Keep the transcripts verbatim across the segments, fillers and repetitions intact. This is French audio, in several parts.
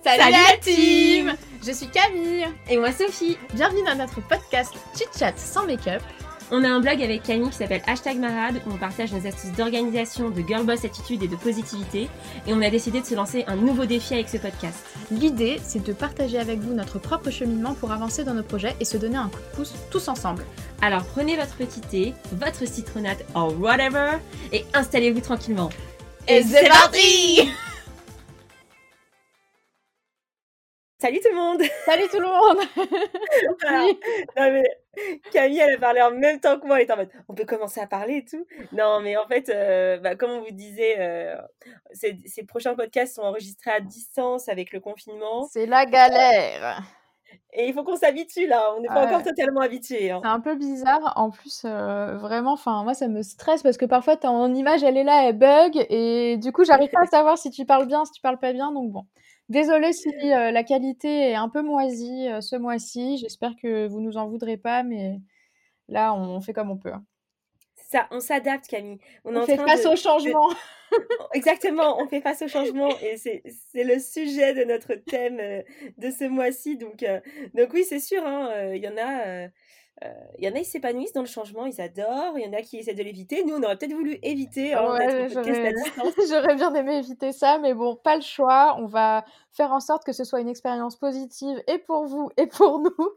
Salut, Salut la la team. Je suis Camille. Et moi Sophie. Bienvenue dans notre podcast Chit Chat sans make-up. On a un blog avec Camille qui s'appelle Hashtag Marade où on partage nos astuces d'organisation, de girl boss attitude et de positivité. Et on a décidé de se lancer un nouveau défi avec ce podcast. L'idée, c'est de partager avec vous notre propre cheminement pour avancer dans nos projets et se donner un coup de pouce tous ensemble. Alors prenez votre petit thé, votre citronnade or whatever et installez-vous tranquillement. Et c'est parti. Salut tout le monde. Salut tout le monde. Alors, non mais Camille, elle a parlé en même temps que moi. Elle était en mode, on peut commencer à parler et tout. Non, mais en fait, euh, bah, comme on vous disait, euh, ces, ces prochains podcasts sont enregistrés à distance avec le confinement. C'est la galère. Et il faut qu'on s'habitue là. On n'est pas Ah encore ouais. totalement habitués. Hein. C'est un peu bizarre. En plus, euh, vraiment, enfin, moi, ça me stresse parce que parfois, ton image, elle est là, elle bug. Et du coup, j'arrive pas à savoir si tu parles bien, si tu parles pas bien. Donc bon. Désolée si euh, la qualité est un peu moisie euh, ce mois-ci. J'espère que vous nous en voudrez pas, mais là, on fait comme on peut. Ça, on s'adapte, Camille. On, On est en fait train face de, au changement. de... Exactement, on fait face au changement et c'est, c'est le sujet de notre thème euh, de ce mois-ci. Donc, euh, donc oui, c'est sûr, hein, euh, il y en a... Euh... Il euh, y en a, ils s'épanouissent dans le changement, ils adorent. Il y en a qui essaient de l'éviter. Nous, on aurait peut-être voulu éviter hein, Ouais, d'être en podcast j'aurais... à distance. j'aurais bien aimé éviter ça, mais bon, pas le choix. On va faire en sorte que ce soit une expérience positive et pour vous et pour nous.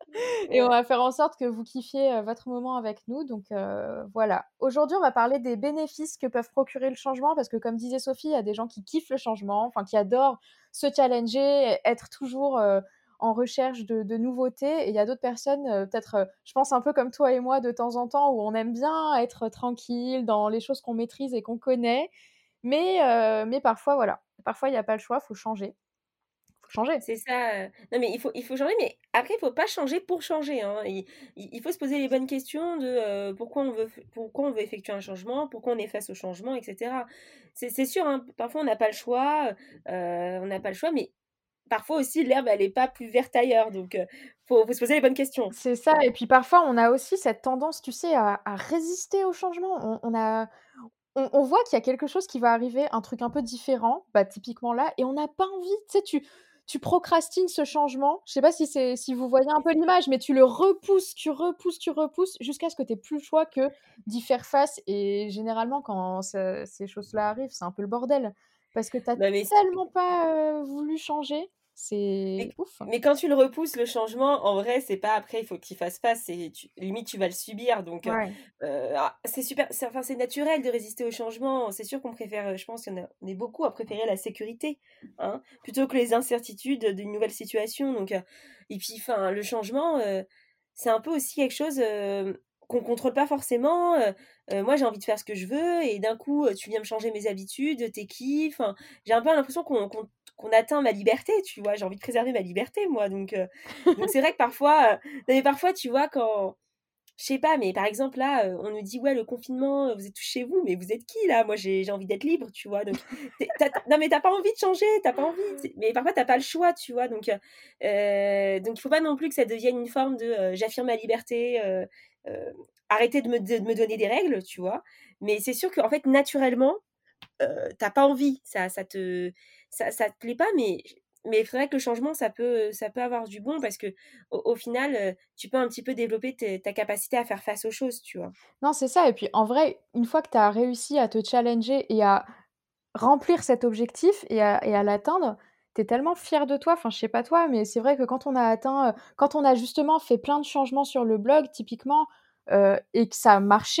Et on va faire en sorte que vous kiffiez euh, votre moment avec nous. Donc euh, voilà. Aujourd'hui, on va parler des bénéfices que peuvent procurer le changement parce que, comme disait Sophie, il y a des gens qui kiffent le changement, enfin qui adorent se challenger, être toujours... Euh, en recherche de, de nouveautés et il y a d'autres personnes euh, peut-être euh, je pense un peu comme toi et moi de temps en temps où on aime bien être tranquille dans les choses qu'on maîtrise et qu'on connaît mais, euh, mais parfois voilà parfois il n'y a pas le choix, il faut changer faut changer. C'est ça. euh, Non, mais il faut, il faut changer, mais après, il faut pas changer pour changer. Hein. Il, il- il faut se poser les bonnes questions de euh, pourquoi on veut, f- pourquoi on veut effectuer un changement, pourquoi on est face au changement, et cetera. C'est, c'est sûr, hein, parfois on n'a pas le choix, euh, on n'a pas le choix, mais parfois aussi l'herbe, elle n'est pas plus verte ailleurs. Donc, euh, faut, faut se poser les bonnes questions. C'est ça, et puis parfois on a aussi cette tendance tu sais à, à résister au changement. On, on a on, on voit qu'il y a quelque chose qui va arriver, un truc un peu différent, bah typiquement là, et on n'a pas envie, tu sais, tu, tu procrastines ce changement. Je sais pas si c'est si vous voyez un peu l'image, mais tu le repousses, tu repousses, tu repousses, jusqu'à ce que tu n'aies plus le choix que d'y faire face. Et généralement, quand ça- ces choses-là arrivent, c'est un peu le bordel. Parce que tu n'as Non, mais tellement pas euh, voulu changer, Mais, c'est ouf. mais quand tu le repousses, le changement, en vrai, c'est pas après, il faut qu'il fasse face, c'est tu- limite tu vas le subir. Donc, euh, Ouais. euh, ah, c'est super, c'est, enfin, c'est naturel de résister au changement. C'est sûr qu'on préfère, euh, je pense qu'il y en a, on est beaucoup à préférer la sécurité, hein, plutôt que les incertitudes d'une nouvelle situation. Donc, euh, et puis, enfin, le changement, euh, c'est un peu aussi quelque chose euh, qu'on contrôle pas forcément. Euh, euh, moi, j'ai envie de faire ce que je veux, et d'un coup, euh, tu viens me changer mes habitudes, tes kiffs. Enfin, j'ai un peu l'impression qu'on qu'on qu'on atteint ma liberté, tu vois. J'ai envie de préserver ma liberté, moi. Donc, euh, donc c'est vrai que parfois, euh, non, mais parfois, tu vois, quand, je sais pas, mais par exemple, là, euh, on nous dit, ouais, le confinement, euh, vous êtes tous chez vous, mais vous êtes qui, là? Moi, j'ai, j'ai envie d'être libre, tu vois. Donc, t'es- t'as- t'as- non, mais t'as pas envie de changer, t'as pas envie. c'est- Mais parfois, t'as pas le choix, tu vois. Donc, euh, euh, donc il faut pas non plus que ça devienne une forme de, euh, j'affirme ma liberté, euh, euh, arrêtez de me, de me donner des règles, tu vois. Mais c'est sûr qu'en fait, naturellement, euh, t'as pas envie, ça, ça te, ça, ça te plaît pas, mais, mais c'est vrai que le changement, ça peut, ça peut avoir du bon parce que au, au final, euh, tu peux un petit peu développer tes- ta capacité à faire face aux choses, tu vois. Non, c'est ça. Et puis, en vrai, une fois que tu as réussi à te challenger et à remplir cet objectif et à, et à l'atteindre, tu es tellement fier de toi. Enfin, je sais pas toi, mais c'est vrai que quand on a atteint, euh, quand on a justement fait plein de changements sur le blog, typiquement, euh, et que ça a marché,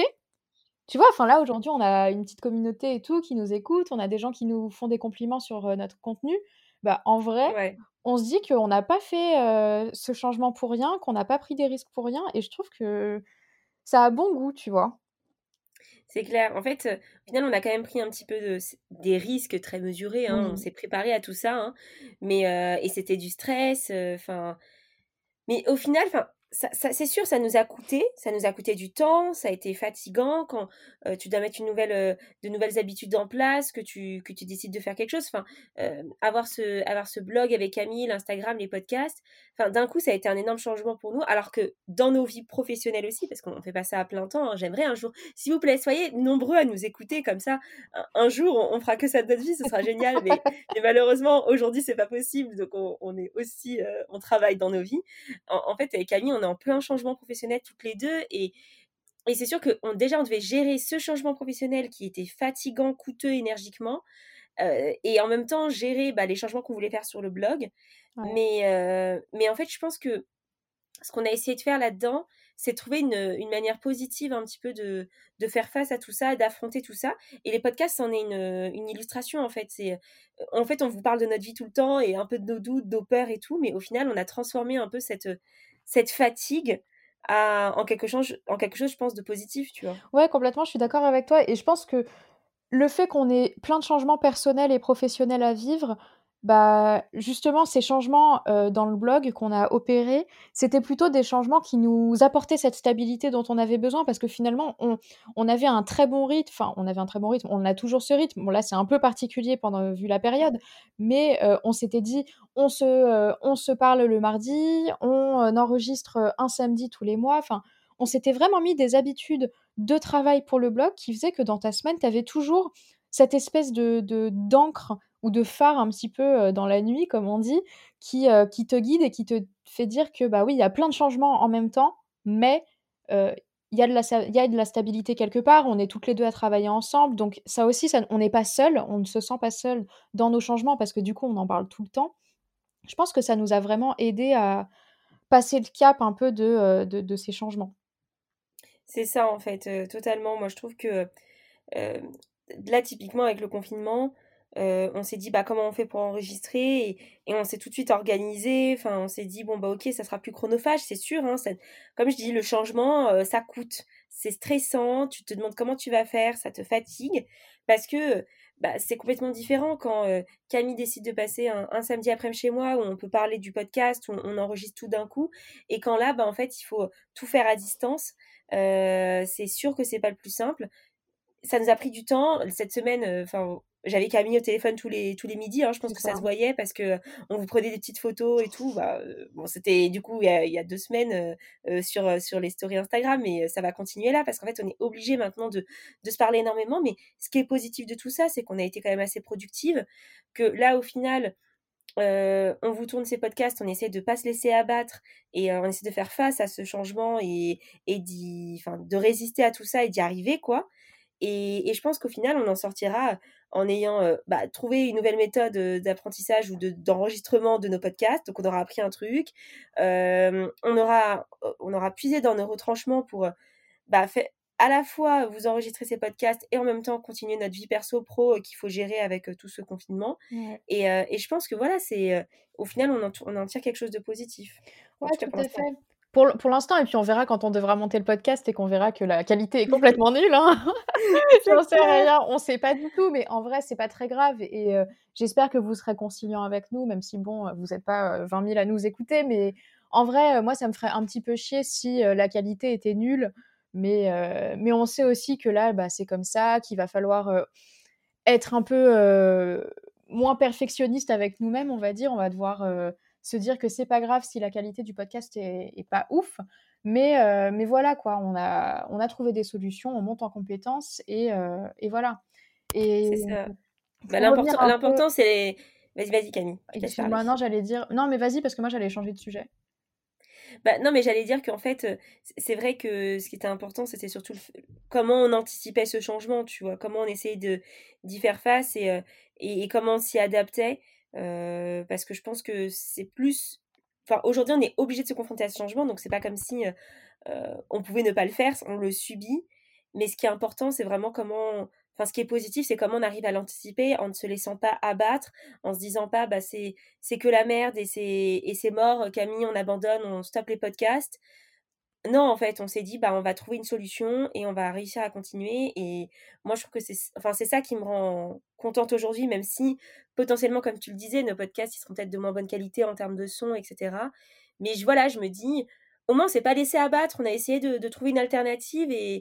tu vois, enfin là, aujourd'hui, on a une petite communauté et tout qui nous écoute, on a des gens qui nous font des compliments sur euh, notre contenu. Bah, en vrai, Ouais, on se dit qu'on n'a pas fait euh, ce changement pour rien, qu'on n'a pas pris des risques pour rien, et je trouve que ça a bon goût, tu vois. c'est clair. En fait, euh, au final, on a quand même pris un petit peu de, des risques très mesurés, hein. On Oui. s'est préparé à tout ça, hein. Mais, euh, et c'était du stress, enfin. Mais au final, enfin, Ça, ça, c'est sûr, ça nous a coûté, ça nous a coûté du temps, ça a été fatigant quand euh, tu dois mettre une nouvelle, euh, de nouvelles habitudes en place, que tu, que tu décides de faire quelque chose. Enfin, euh, avoir ce, avoir ce blog avec Camille, l'Instagram, les podcasts. Enfin, d'un coup, ça a été un énorme changement pour nous. Alors que dans nos vies professionnelles aussi, parce qu'on fait pas ça à plein temps. Hein, j'aimerais un jour, s'il vous plaît, soyez nombreux à nous écouter comme ça. Un, un jour, on, on fera que ça de notre vie, ce sera génial. Mais, mais malheureusement, aujourd'hui, c'est pas possible. Donc, on, on est aussi, euh, on travaille dans nos vies. En, en fait, avec Camille, on est en plein changement professionnel toutes les deux. Et, et c'est sûr que on, déjà, on devait gérer ce changement professionnel qui était fatigant, coûteux énergiquement. Euh, et en même temps, gérer bah, les changements qu'on voulait faire sur le blog. Ouais. Mais, euh, mais en fait, je pense que ce qu'on a essayé de faire là-dedans, c'est de trouver une, une manière positive un petit peu de, de faire face à tout ça, d'affronter tout ça. Et les podcasts, c'en est une, une illustration, en fait. C'est, en fait, on vous parle de notre vie tout le temps et un peu de nos doutes, nos peurs et tout, mais au final, on a transformé un peu cette, cette fatigue à, en, quelque chose, en quelque chose, je pense, de positif, tu vois. Ouais, complètement, je suis d'accord avec toi et je pense que le fait qu'on ait plein de changements personnels et professionnels à vivre, bah, justement, ces changements, heu, dans le blog qu'on a opérés, c'était plutôt des changements qui nous apportaient cette stabilité dont on avait besoin parce que finalement, on on avait un très bon rythme, enfin, on avait un très bon rythme, on a toujours ce rythme. Bon là, c'est un peu particulier pendant vu la période, mais heu, on s'était dit: «On se, heu, on se parle le mardi, on, heu, enregistre, heu, un samedi tous les mois». Enfin, on s'était vraiment mis des habitudes de travail pour le blog qui faisait que dans ta semaine, tu avais toujours cette espèce de de d'encre ou de phare un petit peu, heu, dans la nuit comme on dit, qui, heu, qui te guide et qui te fait dire que, bah, oui, il y a plein de changements en même temps, mais heu, il y a de la sa il y a de la stabilité quelque part. On est toutes les deux à travailler ensemble, donc ça aussi, ça on n'est pas seuls, on ne se sent pas seuls dans nos changements parce que du coup, on en parle tout le temps. Je pense que ça nous a vraiment aidés à passer le cap un peu de, heu, de de ces changements. C'est ça, en fait, euh, totalement. Moi, je trouve que euh, là, typiquement, avec le confinement, euh, on s'est dit, bah, comment on fait pour enregistrer et, et on s'est tout de suite organisé. Enfin, on s'est dit, bon, bah, ok, ça sera plus chronophage, c'est sûr. Hein, ça- comme je dis, le changement, euh, ça coûte. C'est stressant, tu te demandes comment tu vas faire, ça te fatigue. Parce que bah, c'est complètement différent quand euh, Camille décide de passer un, un samedi après-midi chez moi où on peut parler du podcast, où on, on enregistre tout d'un coup. Et quand là, bah, en fait, il faut tout faire à distance. Euh, c'est sûr que c'est pas le plus simple. Ça nous a pris du temps. Cette semaine, euh, enfin, j'avais Camille au téléphone tous les, tous les midis. Hein, je pense C'est que ça ça. se voyait parce que on vous prenait des petites photos et tout. Bah, euh, bon, c'était du coup il y a, il y a deux semaines euh, euh, sur, euh, sur les stories Instagram, mais euh, ça va continuer là parce qu'en fait, on est obligé maintenant de, de se parler énormément. Mais ce qui est positif de tout ça, c'est qu'on a été quand même assez productive. Que là, au final, euh, on vous tourne ces podcasts, on essaie de pas se laisser abattre et euh, on essaie de faire face à ce changement et, et d'y, enfin, de résister à tout ça et d'y arriver, quoi. Et, et je pense qu'au final, on en sortira en ayant euh, bah, trouvé une nouvelle méthode euh, d'apprentissage ou de, d'enregistrement de nos podcasts. Donc, on aura appris un truc. Euh, on, aura, on aura puisé dans nos retranchements pour euh, bah, fait, à la fois vous enregistrer ces podcasts et en même temps continuer notre vie perso pro euh, qu'il faut gérer avec euh, tout ce confinement. Ouais. Et, euh, et je pense que voilà, c'est euh, au final, on en, on en tire quelque chose de positif. En Ouais, tout cas, tout pour à l'instant. fait. Pour l pour l'instant et puis on verra quand on devra monter le podcast et qu'on verra que la qualité est complètement nulle, hein. C'est J'en sais clair. rien, on sait pas du tout, mais en vrai, c'est pas très grave et heu, j'espère que vous serez conciliants avec nous, même si bon, heu, vous êtes pas, heu, vingt mille à nous écouter, mais en vrai, heu, moi, ça me ferait un petit peu chier si, heu, la qualité était nulle, mais heu, mais on sait aussi que là, bah, c'est comme ça, qu'il va falloir, heu, être un peu, heu, moins perfectionniste avec nous-mêmes, on va dire. On va devoir, heu, se dire que c'est pas grave si la qualité du podcast est est pas ouf, mais heu, mais voilà quoi, on a on a trouvé des solutions, on monte en compétences et heu et voilà. Et C'est ça. Bah, pour revenir l'important, un peu l'important, c'est... Vas-y, vas-y, Camille, je te laisse parler. excuse-moi, non, j'allais dire non, mais vas-y parce que moi j'allais changer de sujet. Bah, non, mais j'allais dire qu'en fait, euh, c- c'est vrai que ce qui était important, c'était surtout le f- comment on anticipait ce changement, tu vois, comment on essayait de d'y faire face et, euh, et, et comment on s'y adaptait. Euh, parce que je pense que c'est plus... Enfin, aujourd'hui, on est obligé de se confronter à ce changement, donc c'est pas comme si euh, euh, on pouvait ne pas le faire, on le subit. Mais ce qui est important, c'est vraiment comment... Enfin, ce qui est positif, c'est comment on arrive à l'anticiper en ne se laissant pas abattre, en se disant pas, bah, c'est c'est que la merde et c'est et c'est mort, Camille, on abandonne, on stoppe les podcasts. Non, en fait, on s'est dit bah on va trouver une solution et on va réussir à continuer et moi je trouve que c'est enfin c'est ça qui me rend contente aujourd'hui même si potentiellement comme tu le disais nos podcasts ils seront peut-être de moins bonne qualité en termes de son et cetera. Mais je voilà, je me dis au moins on s'est pas laissé abattre, on a essayé de, de trouver une alternative et,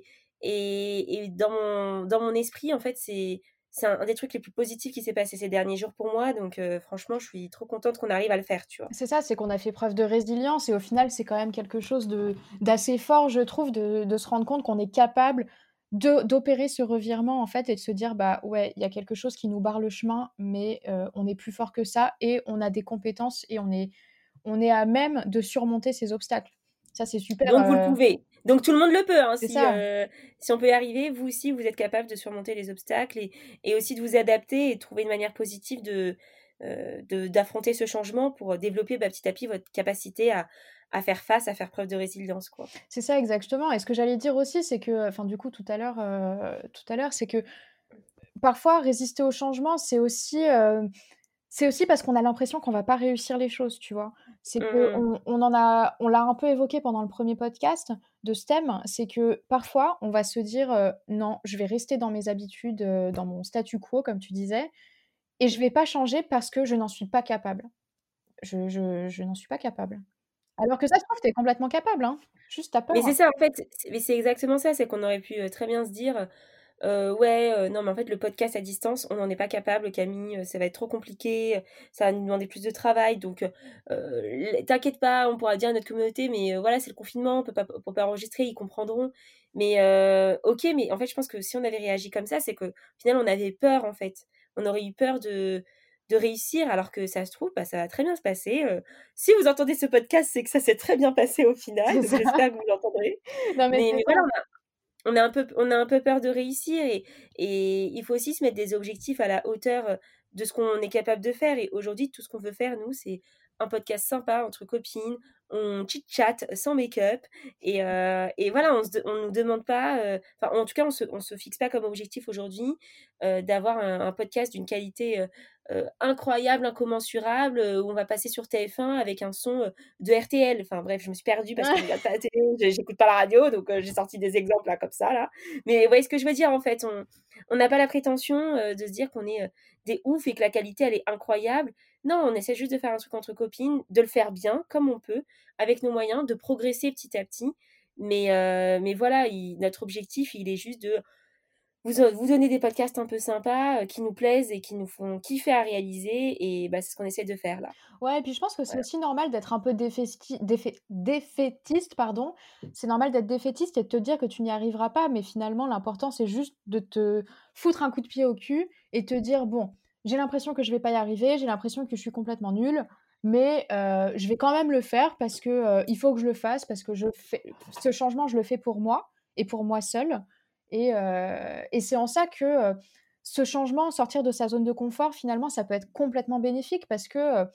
et, et dans, mon, dans mon esprit, en fait, c'est, c'est un, un des trucs les plus positifs qui s'est passé ces derniers jours pour moi. Donc, euh, franchement, je suis trop contente qu'on arrive à le faire, tu vois. C'est ça, c'est qu'on a fait preuve de résilience et au final, c'est quand même quelque chose de, d'assez fort, je trouve, de, de se rendre compte qu'on est capable de, d'opérer ce revirement, en fait, et de se dire, bah ouais, il y a quelque chose qui nous barre le chemin, mais euh, on est plus fort que ça et on a des compétences et on est, on est à même de surmonter ces obstacles. Ça, c'est super. Donc, vous le euh, pouvez. Donc, tout le monde le peut. Hein, C'est si, ça. euh, si on peut y arriver, vous aussi, vous êtes capable de surmonter les obstacles et, et aussi de vous adapter et de trouver une manière positive de, euh, de, d'affronter ce changement pour développer bah, petit à petit votre capacité à, à faire face, à faire preuve de résilience, quoi. C'est ça exactement. Et ce que j'allais dire aussi, c'est que, enfin, du coup, tout à l'heure, euh, tout à l'heure, c'est que parfois résister au changement, c'est aussi, euh, c'est aussi parce qu'on a l'impression qu'on va pas réussir les choses, tu vois. C'est que Mhm. on, on en a, on l'a un peu évoqué pendant le premier podcast de ce thème, c'est que parfois on va se dire euh, non, je vais rester dans mes habitudes, euh, dans mon statu quo, comme tu disais, et je vais pas changer parce que je n'en suis pas capable. Je, je, je n'en suis pas capable. Alors que ça se trouve, tu es complètement capable, hein. Juste t'as peur. Mais c'est ça, en fait, c'est, mais c'est exactement ça, c'est qu'on aurait pu euh, très bien se dire, euh, ouais, euh, non, mais en fait, le podcast à distance, on n'en est pas capable, Camille, euh, ça va être trop compliqué, euh, ça va nous demander plus de travail, donc euh, euh, l- t'inquiète pas, on pourra dire à notre communauté, mais euh, voilà, c'est le confinement, on peut pas, on peut pas enregistrer, ils comprendront. Mais euh, ok, mais en fait, je pense que si on avait réagi comme ça, c'est que au final, on avait peur, en fait. On aurait eu peur de, de réussir, alors que ça se trouve, bah, ça va très bien se passer. euh. Si vous entendez ce podcast, c'est que ça s'est très bien passé au final, C'est donc ça. j'espère que vous l'entendrez. Non, mais Mais, c'est mais ça. voilà, on a un peu, on a un peu peur de réussir et, et il faut aussi se mettre des objectifs à la hauteur de ce qu'on est capable de faire. Et aujourd'hui, tout ce qu'on veut faire, nous, c'est un podcast sympa entre copines. On chit-chat sans make-up. Et, euh, et voilà, on ne on nous demande pas, euh, enfin, en tout cas, on se, on se fixe pas comme objectif aujourd'hui euh, d'avoir un, un podcast d'une qualité euh, euh, incroyable, incommensurable, euh, où on va passer sur T F un avec un son euh, de R T L. Enfin bref, je me suis perdue parce que je regarde pas la télé, j'ai- j'écoute pas la radio, donc euh, j'ai sorti des exemples là comme ça là. Mais vous voyez ce que je veux dire en fait, on on n'a pas la prétention euh, de se dire qu'on est euh, des oufs et que la qualité elle est incroyable. Non, on essaie juste de faire un truc entre copines, de le faire bien comme on peut, avec nos moyens, de progresser petit à petit. Mais euh, mais voilà, il- notre objectif il est juste de vous, vous donner des podcasts un peu sympas euh, qui nous plaisent et qui nous font kiffer à réaliser et bah, c'est ce qu'on essaie de faire là. Ouais, et puis je pense que c'est Voilà. aussi normal d'être un peu défesti défai défaitiste, pardon. C'est normal d'être défaitiste et de te dire que tu n'y arriveras pas, mais finalement, l'important, c'est juste de te foutre un coup de pied au cul et te dire: «Bon, j'ai l'impression que je vais pas y arriver, j'ai l'impression que je suis complètement nulle, mais heu, je vais quand même le faire parce que, heu, il faut que je le fasse, parce que je fais ce changement, je le fais pour moi et pour moi seule» et heu et c'est en ça que, heu, ce changement, sortir de sa zone de confort, finalement, ça peut être complètement bénéfique parce que, heu,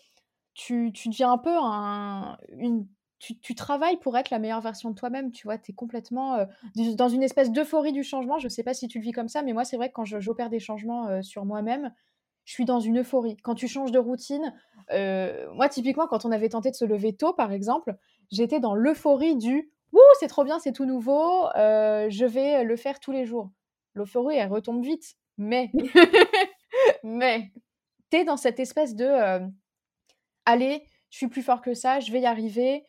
tu tu deviens un peu un une tu tu travailles pour être la meilleure version de toi-même, tu vois? Tu es complètement, heu, dis dans une espèce d'euphorie du changement. Je sais pas si tu le vis comme ça, mais moi, c'est vrai que quand je j'opère des changements, heu, sur moi-même, je suis dans une euphorie. Quand tu changes de routine, heu, moi, typiquement, quand on avait tenté de se lever tôt, par exemple, j'étais dans l'euphorie du: «Wouh, c'est trop bien, c'est tout nouveau, heu, je vais le faire tous les jours». L'euphorie, elle retombe vite, mais mais tu es dans cette espèce de, heu allez, je suis plus fort que ça, je vais y arriver,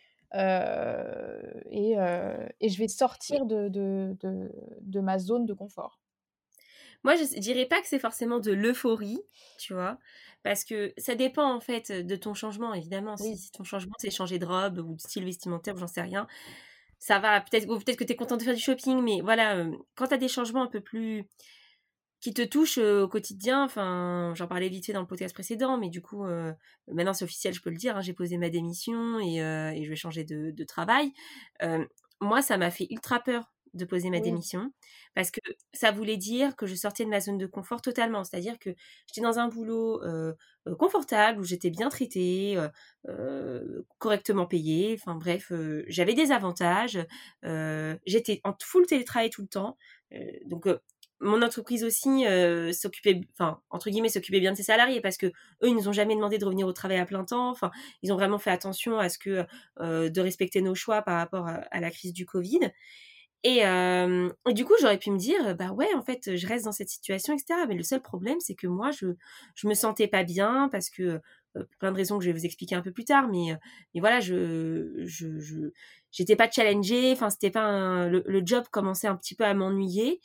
heu et heu et je vais Mais sortir de de de de ma zone de confort. moi, je s- dirais pas que c'est forcément de l'euphorie, tu vois, parce que ça dépend en fait de ton changement, évidemment. Si, Oui. si ton changement c'est changer de robe ou de style vestimentaire, ou j'en sais rien, ça va. Peut-être ou peut-être que tu es content de faire du shopping, mais voilà, euh, quand tu as des changements un peu plus qui te touchent euh, au quotidien, enfin, j'en parlais vite fait dans le podcast précédent, mais du coup, euh, maintenant c'est officiel, je peux le dire, hein, j'ai posé ma démission et, euh, et je vais changer de, de travail. Euh, Moi, ça m'a fait ultra peur de poser ma Oui. démission parce que ça voulait dire que je sortais de ma zone de confort totalement, c'est-à-dire que j'étais dans un boulot euh, euh, confortable où j'étais bien traitée, euh, euh, correctement payée, enfin bref, euh, j'avais des avantages, euh, j'étais en full télétravail tout le temps, euh, donc euh, mon entreprise aussi euh, s'occupait, enfin entre guillemets, s'occupait bien de ses salariés parce que eux, ils nous ont jamais demandé de revenir au travail à plein temps. Enfin, ils ont vraiment fait attention à ce que euh, de respecter nos choix par rapport à, à la crise du Covid. Et, euh, et du coup, j'aurais pu me dire, bah ouais, en fait, je reste dans cette situation, et cetera. Mais le seul problème, c'est que moi, je je me sentais pas bien parce que euh, pour plein de raisons que je vais vous expliquer un peu plus tard, mais, euh, mais voilà, je, je, je, j'étais pas challengée, enfin, c'était pas un, le, le job commençait un petit peu à m'ennuyer.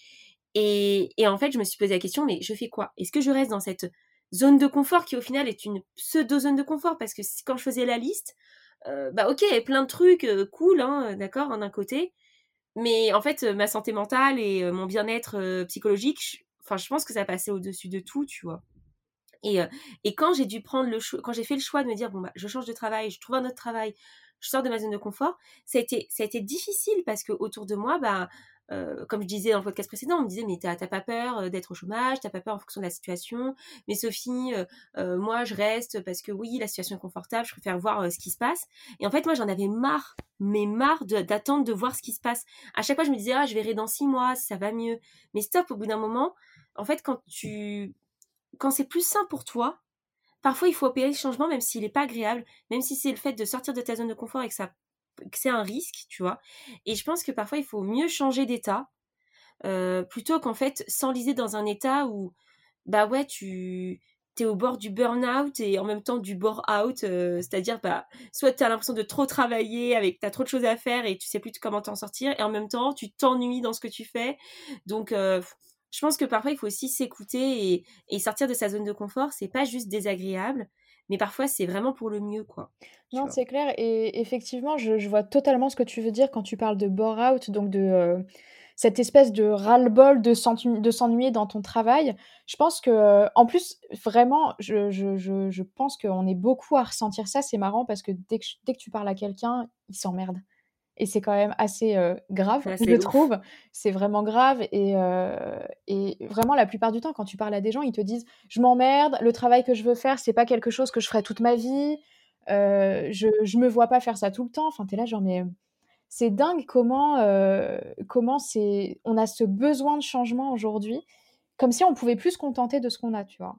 Et, et en fait, je me suis posé la question, mais je fais quoi? Est-ce que je reste dans cette zone de confort qui, au final, est une pseudo-zone de confort? Parce que quand je faisais la liste, euh, bah ok, il y avait plein de trucs euh, cool, hein, d'accord, hein, d'un côté. Mais en fait, euh, ma santé mentale et euh, mon bien-être euh, psychologique, je, enfin, je pense que ça passait au-dessus de tout, tu vois. Et, euh, et quand j'ai dû prendre le choix, quand j'ai fait le choix de me dire, bon, bah, je change de travail, je trouve un autre travail, je sors de ma zone de confort, ça a été, ça a été difficile parce que autour de moi, bah, euh, comme je disais dans le podcast précédent, on me disait, mais t'as, t'as pas peur euh, d'être au chômage, t'as pas peur en fonction de la situation. Mais Sophie, euh, euh, moi, je reste parce que oui, la situation est confortable, je préfère voir euh, ce qui se passe. Et en fait, moi, j'en avais marre, mais marre de, d'attendre de voir ce qui se passe. À chaque fois, je me disais, ah, je verrai dans six mois si ça va mieux. Mais stop, au bout d'un moment, en fait, quand tu, quand c'est plus sain pour toi, parfois il faut opérer ce changement même s'il n'est pas agréable, même si c'est le fait de sortir de ta zone de confort et que, ça, que c'est un risque, tu vois. Et je pense que parfois il faut mieux changer d'état euh, plutôt qu'en fait s'enliser dans un état où, bah ouais, tu t'es au bord du burn-out et en même temps du bore-out, euh, c'est-à-dire bah soit t'as l'impression de trop travailler avec t'as trop de choses à faire et tu sais plus comment t'en sortir et en même temps tu t'ennuies dans ce que tu fais. Donc euh, je pense que parfois il faut aussi s'écouter et, et sortir de sa zone de confort. C'est pas juste désagréable, mais parfois c'est vraiment pour le mieux, quoi. Tu Non, vois. c'est clair et effectivement, je je vois totalement ce que tu veux dire quand tu parles de bore-out, donc de, heu, cette espèce de ras-le-bol de s'entu de s'ennuyer dans ton travail. Je pense que, heu, en plus, vraiment, je je je je pense qu'on est beaucoup à ressentir ça. C'est marrant parce que dès que ch dès que tu parles à quelqu'un, il s'emmerde et c'est quand même assez, heu, grave, Ouais, je c'est ouf. trouve. C'est vraiment grave et heu et vraiment la plupart du temps, quand tu parles à des gens, ils te disent: «Je m'emmerde, le travail que je veux faire, c'est pas quelque chose que je ferai toute ma vie, heu, je je me vois pas faire ça tout le temps». Enfin, tu es là genre mais c'est dingue comment, heu, comment c'est on a ce besoin de changement aujourd'hui, comme si on pouvait plus se contenter de ce qu'on a, tu vois?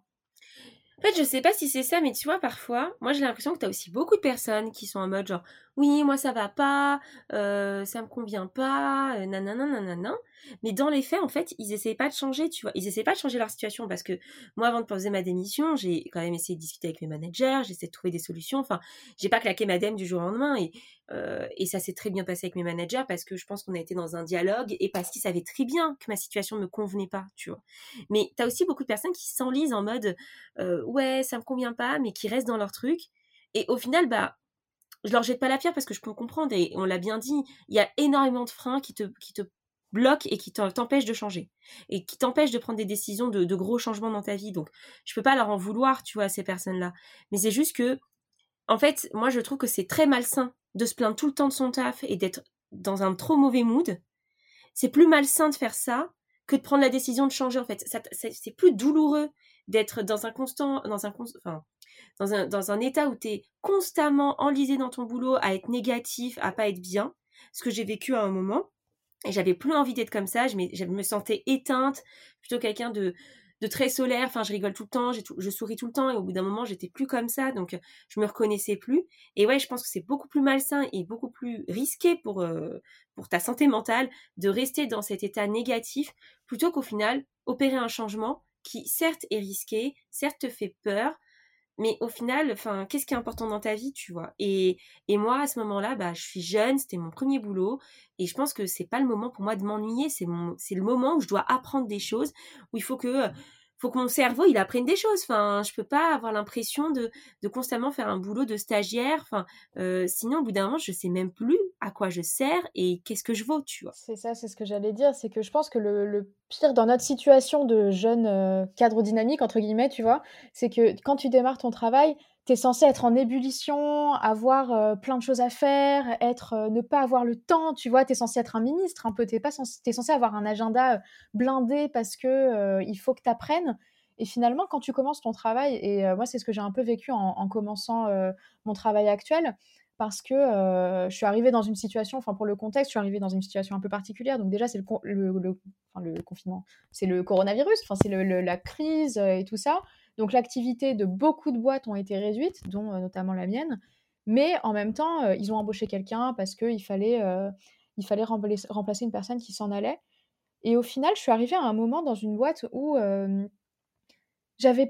En fait, je sais pas si c'est ça, mais tu vois, parfois, moi j'ai l'impression que t'as aussi beaucoup de personnes qui sont en mode genre, oui, moi ça va pas, euh, ça me convient pas, euh, nanana, nanana. Mais dans les faits, en fait, ils essayent pas de changer, tu vois. Ils essayent pas de changer leur situation parce que moi, avant de poser ma démission, j'ai quand même essayé de discuter avec mes managers, j'ai essayé de trouver des solutions. Enfin, j'ai pas claqué ma dème du jour au lendemain et, euh, et ça s'est très bien passé avec mes managers parce que je pense qu'on a été dans un dialogue et parce qu'ils savaient très bien que ma situation me convenait pas, tu vois. Mais t'as aussi beaucoup de personnes qui s'enlisent en mode euh, ouais, ça me convient pas, mais qui restent dans leur truc. Et au final, bah, je leur jette pas la pierre parce que je peux comprendre, et on l'a bien dit, il y a énormément de freins qui te, qui te bloquent et qui t'empêchent de changer. Et qui t'empêchent de prendre des décisions de, de gros changements dans ta vie. Donc, je peux pas leur en vouloir, tu vois, à ces personnes-là. Mais c'est juste que, en fait, moi, je trouve que c'est très malsain de se plaindre tout le temps de son taf et d'être dans un trop mauvais mood. C'est plus malsain de faire ça que de prendre la décision de changer, en fait. Ça, ça, c'est plus douloureux d'être dans un constant, dans un, enfin, dans un, dans un état où tu es constamment enlisé dans ton boulot, à être négatif, à pas être bien, ce que j'ai vécu à un moment. Et j'avais plus envie d'être comme ça, je, je me sentais éteinte, plutôt quelqu'un de, de très solaire, enfin je rigole tout le temps, tout, je souris tout le temps, et au bout d'un moment j'étais plus comme ça, donc je me reconnaissais plus. Et ouais, je pense que c'est beaucoup plus malsain et beaucoup plus risqué pour, euh, pour ta santé mentale de rester dans cet état négatif, plutôt qu'au final opérer un changement qui certes est risqué, certes te fait peur, mais au final, enfin, qu'est-ce qui est important dans ta vie, tu vois? Et, et moi, à ce moment-là, bah, je suis jeune, c'était mon premier boulot, et je pense que c'est pas le moment pour moi de m'ennuyer, c'est mon, c'est le moment où je dois apprendre des choses, où il faut que, faut que mon cerveau, il apprenne des choses. Enfin, je peux pas avoir l'impression de, de constamment faire un boulot de stagiaire. Enfin, euh, sinon, au bout d'un moment, je sais même plus à quoi je sers et qu'est-ce que je vaux, tu vois. C'est ça, c'est ce que j'allais dire, c'est que je pense que le le pire dans notre situation de jeune, heu, «cadre dynamique» entre guillemets, tu vois? C'est que quand tu démarres ton travail, tu es censé être en ébullition, avoir, heu, plein de choses à faire, être, heu, ne pas avoir le temps, tu vois? Tu es censé être un ministre un peu, tu es pas censé tu es censé avoir un agenda, heu, blindé parce que, heu, il faut que tu apprennes et finalement quand tu commences ton travail et heu, moi c'est ce que j'ai un peu vécu en en commençant, heu, mon travail actuel, parce que, heu, je suis arrivée dans une situation enfin, pour le contexte, je suis arrivée dans une situation un peu particulière. Donc déjà, c'est le con le le enfin, le confinement, c'est le coronavirus, enfin, c'est le le la crise, heu et tout ça. Donc l'activité de beaucoup de boîtes ont été réduites, dont, heu, notamment la mienne. Mais en même temps, heu, ils ont embauché quelqu'un parce qu'il fallait, heu, il fallait remblac remplacer une personne qui s'en allait. Et au final, je suis arrivée à un moment dans une boîte où, hem, j'avais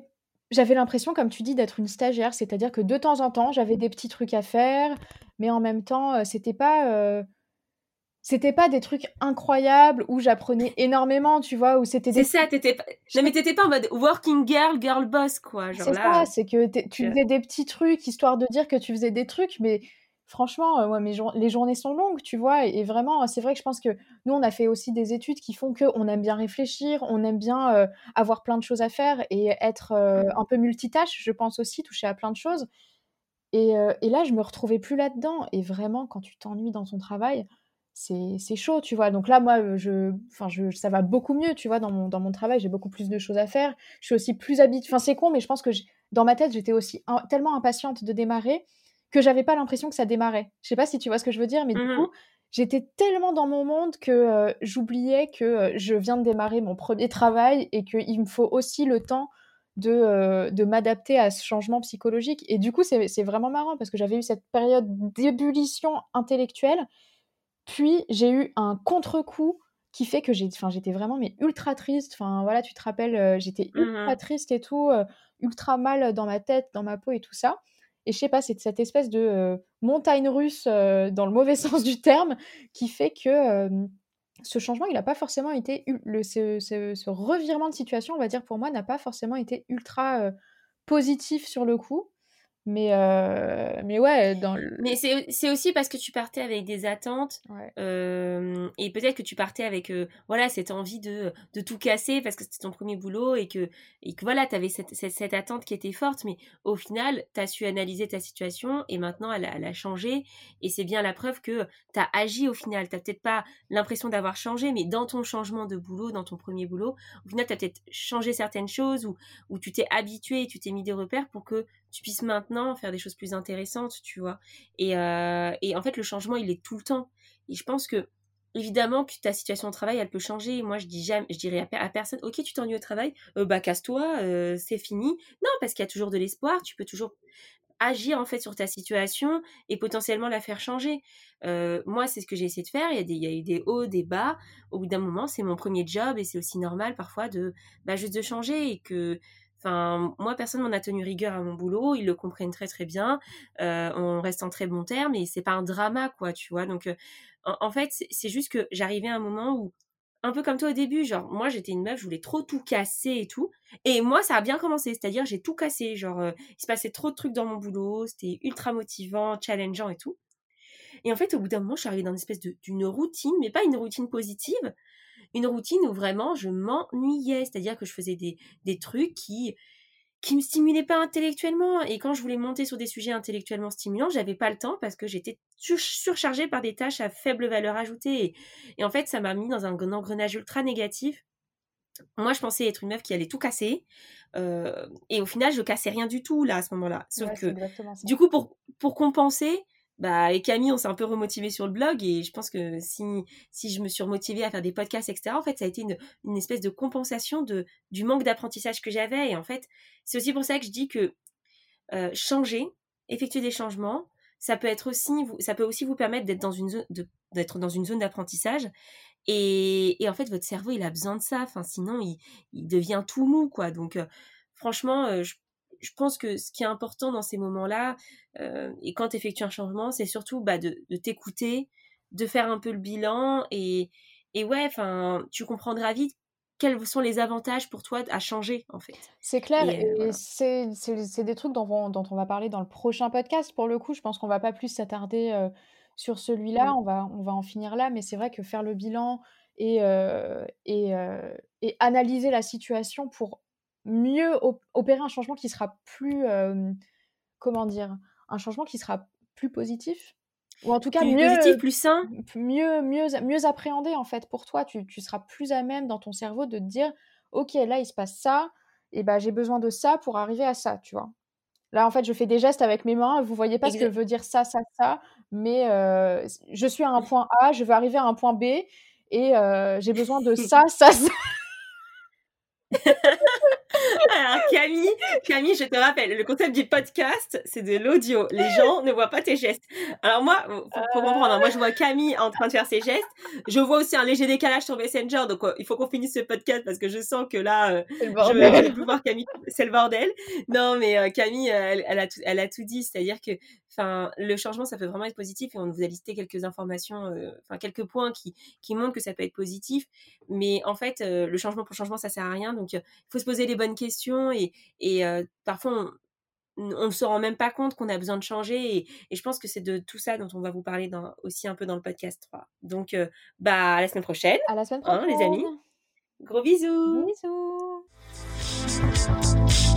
j'avais l'impression, comme tu dis, d'être une stagiaire. C'est-à-dire que de temps en temps, j'avais des petits trucs à faire, mais en même temps, heu, c'était pas, heu, c'était pas des trucs incroyables où j'apprenais énormément, tu vois? Où c'était C'est des ça, tu étais pas non, j'étais mais tu étais pas en mode working girl, girl boss, quoi. Genre C'est ça, là, c'est que tu tu tu faisais des petits trucs histoire de dire que tu faisais des trucs, mais franchement, heu, moi, mes jour les journées sont longues, tu vois? Et et vraiment, c'est vrai que je pense que nous, on a fait aussi des études qui font qu'on aime bien réfléchir, on aime bien, heu, avoir plein de choses à faire et être, heu, Mmh. un peu multitâche, je pense aussi, toucher à plein de choses. Et heu et là, je me retrouvais plus là-dedans et vraiment, quand tu t'ennuies dans ton travail, c'est c'est chaud, tu vois? Donc là, moi, heu, je enfin, je ça va beaucoup mieux, tu vois? Dans mon dans mon travail, j'ai beaucoup plus de choses à faire. Je suis aussi plus habit enfin, c'est con, mais je pense que j dans ma tête, j'étais aussi im tellement impatiente de démarrer que j'avais pas l'impression que ça démarrait. Je sais pas si tu vois ce que je veux dire? Mais du Mmh mh. coup, j'étais tellement dans mon monde que, heu, j'oubliais que, heu, je viens de démarrer mon premier travail et qu'il me faut aussi le temps de, heu, de m'adapter à ce changement psychologique. Et du coup, c'est c'est vraiment marrant parce que j'avais eu cette période d'ébullition intellectuelle, puis j'ai eu un contre-coup qui fait que j'ai enfin, j'étais vraiment mais ultra triste. Enfin, voilà, tu te rappelles, heu, j'étais ultra Mmh. triste et tout, heu, ultra mal dans ma tête, dans ma peau et tout ça. Et je sais pas, c'est cette espèce de, heu, montagne russe, heu, dans le mauvais sens du terme, qui fait que, hem, ce changement, il a pas forcément été ul le ce ce ce revirement de situation, on va dire, pour moi, n'a pas forcément été ultra, heu, positif sur le coup. Mais heu, mais ouais, dans le Mais c'est c'est aussi parce que tu partais avec des attentes, ouais. hem et peut-être que tu partais avec, heu, voilà, cette envie de de tout casser parce que c'était ton premier boulot et que et que voilà, tu avais cette cette cette attente qui était forte. Mais au final, tu as su analyser ta situation et maintenant elle a elle a changé et c'est bien la preuve que tu as agi au final. Tu as peut-être pas l'impression d'avoir changé, mais dans ton changement de boulot, dans ton premier boulot, au final, tu as peut-être changé certaines choses ou ou tu t'es habitué et tu t'es mis des repères pour que tu puisses maintenant faire des choses plus intéressantes, tu vois? Et, euh, et en fait, le changement, il est tout le temps. Et je pense que, évidemment, que ta situation au travail, elle peut changer. Moi, je dis jamais, je dirais à, à personne, ok, tu t'ennuies au travail, euh, bah casse-toi, euh, c'est fini. Non, parce qu'il y a toujours de l'espoir. Tu peux toujours agir en fait sur ta situation et potentiellement la faire changer. Euh, moi, c'est ce que j'ai essayé de faire. Il y a des, il y a eu des hauts, des bas. Au bout d'un moment, c'est mon premier job et c'est aussi normal parfois de, bah, juste de changer et que. Enfin, moi, personne m'en a tenu rigueur à mon boulot. Ils le comprennent très très bien. Euh, on reste en très bons termes et c'est pas un drama, quoi, tu vois. Donc, euh, en, en fait, c'est, c'est juste que j'arrivais à un moment où, un peu comme toi au début, genre, moi, j'étais une meuf, je voulais trop tout casser et tout. Et moi, ça a bien commencé, c'est-à-dire j'ai tout cassé. Genre, euh, il se passait trop de trucs dans mon boulot, c'était ultra motivant, challengeant et tout. Et en fait, au bout d'un moment, je suis arrivée dans une espèce de, d'une routine, mais pas une routine positive, une routine où vraiment je m'ennuyais, c'est-à-dire que je faisais des, des trucs qui qui me stimulaient pas intellectuellement. Et quand je voulais monter sur des sujets intellectuellement stimulants, j'avais pas le temps parce que j'étais sur- surchargée par des tâches à faible valeur ajoutée. Et, et en fait, ça m'a mis dans un engrenage ultra négatif. Moi, je pensais être une meuf qui allait tout casser. Euh, et au final, je cassais rien du tout, là, à ce moment-là. Sauf Ouais, c'est que, exactement ça. du coup, pour, pour compenser, bah, et Camille, on s'est un peu remotivé sur le blog. Et je pense que si, si je me suis remotivée à faire des podcasts, et cetera, en fait, ça a été une, une espèce de compensation de, du manque d'apprentissage que j'avais. Et en fait, c'est aussi pour ça que je dis que euh, changer, effectuer des changements, ça peut être aussi, ça peut aussi vous permettre d'être dans une zone, de, d'être dans une zone d'apprentissage et, et en fait, votre cerveau, il a besoin de ça. Enfin, sinon, il, il devient tout mou, quoi. Donc, euh, franchement, euh, je, je pense que ce qui est important dans ces moments-là, euh, et quand tu effectues un changement, c'est surtout bah, de, de t'écouter, de faire un peu le bilan. Et, et ouais, enfin, tu comprendras vite quels sont les avantages pour toi à changer, en fait. C'est clair Et euh, et voilà. c'est c'est c'est des trucs dont on dont on va parler dans le prochain podcast. Pour le coup, je pense qu'on va pas plus s'attarder, heu, sur celui-là. Mm. On va on va en finir là, mais c'est vrai que faire le bilan et heu et heu et analyser la situation pour mieux op opérer un changement qui sera plus, hem, comment dire? Un changement qui sera plus positif? Ou en tout cas Plus positif, mieux plus sain. mieux mieux mieux appréhendé en fait pour toi. Tu tu seras plus à même dans ton cerveau de te dire: «OK, là il se passe ça et ben j'ai besoin de ça pour arriver à ça», tu vois? Là, en fait, je fais des gestes avec mes mains, vous voyez pas ce que Exa- veut dire ça, ça, ça, mais heu, s je suis à un point A, je veux arriver à un point B et heu, j'ai besoin de ça, ça, ça. Alors, Camille, Camille, je te rappelle, le concept du podcast, c'est de l'audio. Les gens ne voient pas tes gestes. Alors moi, faut, faut comprendre, hein, moi je vois Camille en train de faire ses gestes. Je vois aussi un léger décalage sur Messenger, donc euh, il faut qu'on finisse ce podcast parce que je sens que là, euh, C'est le je bordel. ne vais plus voir Camille, c'est le bordel. Non, mais euh, Camille, euh, elle, elle, a tout, elle a tout dit, c'est-à-dire que enfin, le changement, ça peut vraiment être positif et on vous a listé quelques informations, euh, enfin quelques points qui, qui montrent que ça peut être positif. Mais en fait, euh, le changement pour le changement, ça sert à rien. Donc, il euh, faut se poser les bonnes questions et, et euh, parfois, on, on ne se rend même pas compte qu'on a besoin de changer. Et, et je pense que c'est de tout ça dont on va vous parler dans, aussi un peu dans le podcast trois. Donc, euh, bah, à la semaine prochaine, À la semaine hein, prochaine. les amis. Gros bisous. Bisous.